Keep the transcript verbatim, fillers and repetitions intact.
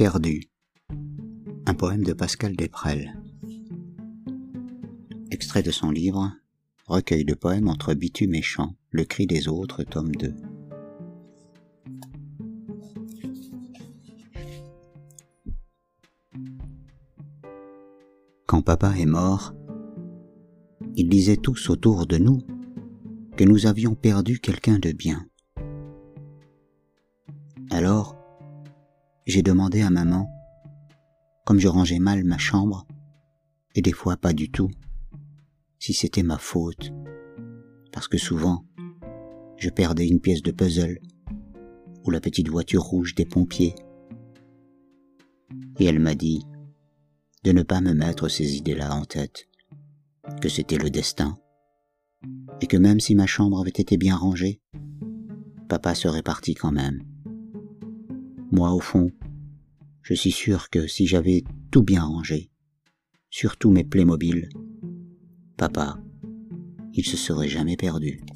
Perdu. Un poème de Pascal Desprelles. Extrait de son livre Recueil de poèmes entre bitume et chant, Le cri des autres, tome deux. Quand papa est mort, ils disaient tous autour de nous que nous avions perdu quelqu'un de bien. Alors, j'ai demandé à maman, comme je rangeais mal ma chambre, et des fois pas du tout, si c'était ma faute, parce que souvent, je perdais une pièce de puzzle, ou la petite voiture rouge des pompiers. Et elle m'a dit de ne pas me mettre ces idées-là en tête, que c'était le destin, et que même si ma chambre avait été bien rangée, papa serait parti quand même. Moi, au fond, je suis sûr que si j'avais tout bien rangé, surtout mes Playmobil, papa, il se serait jamais perdu.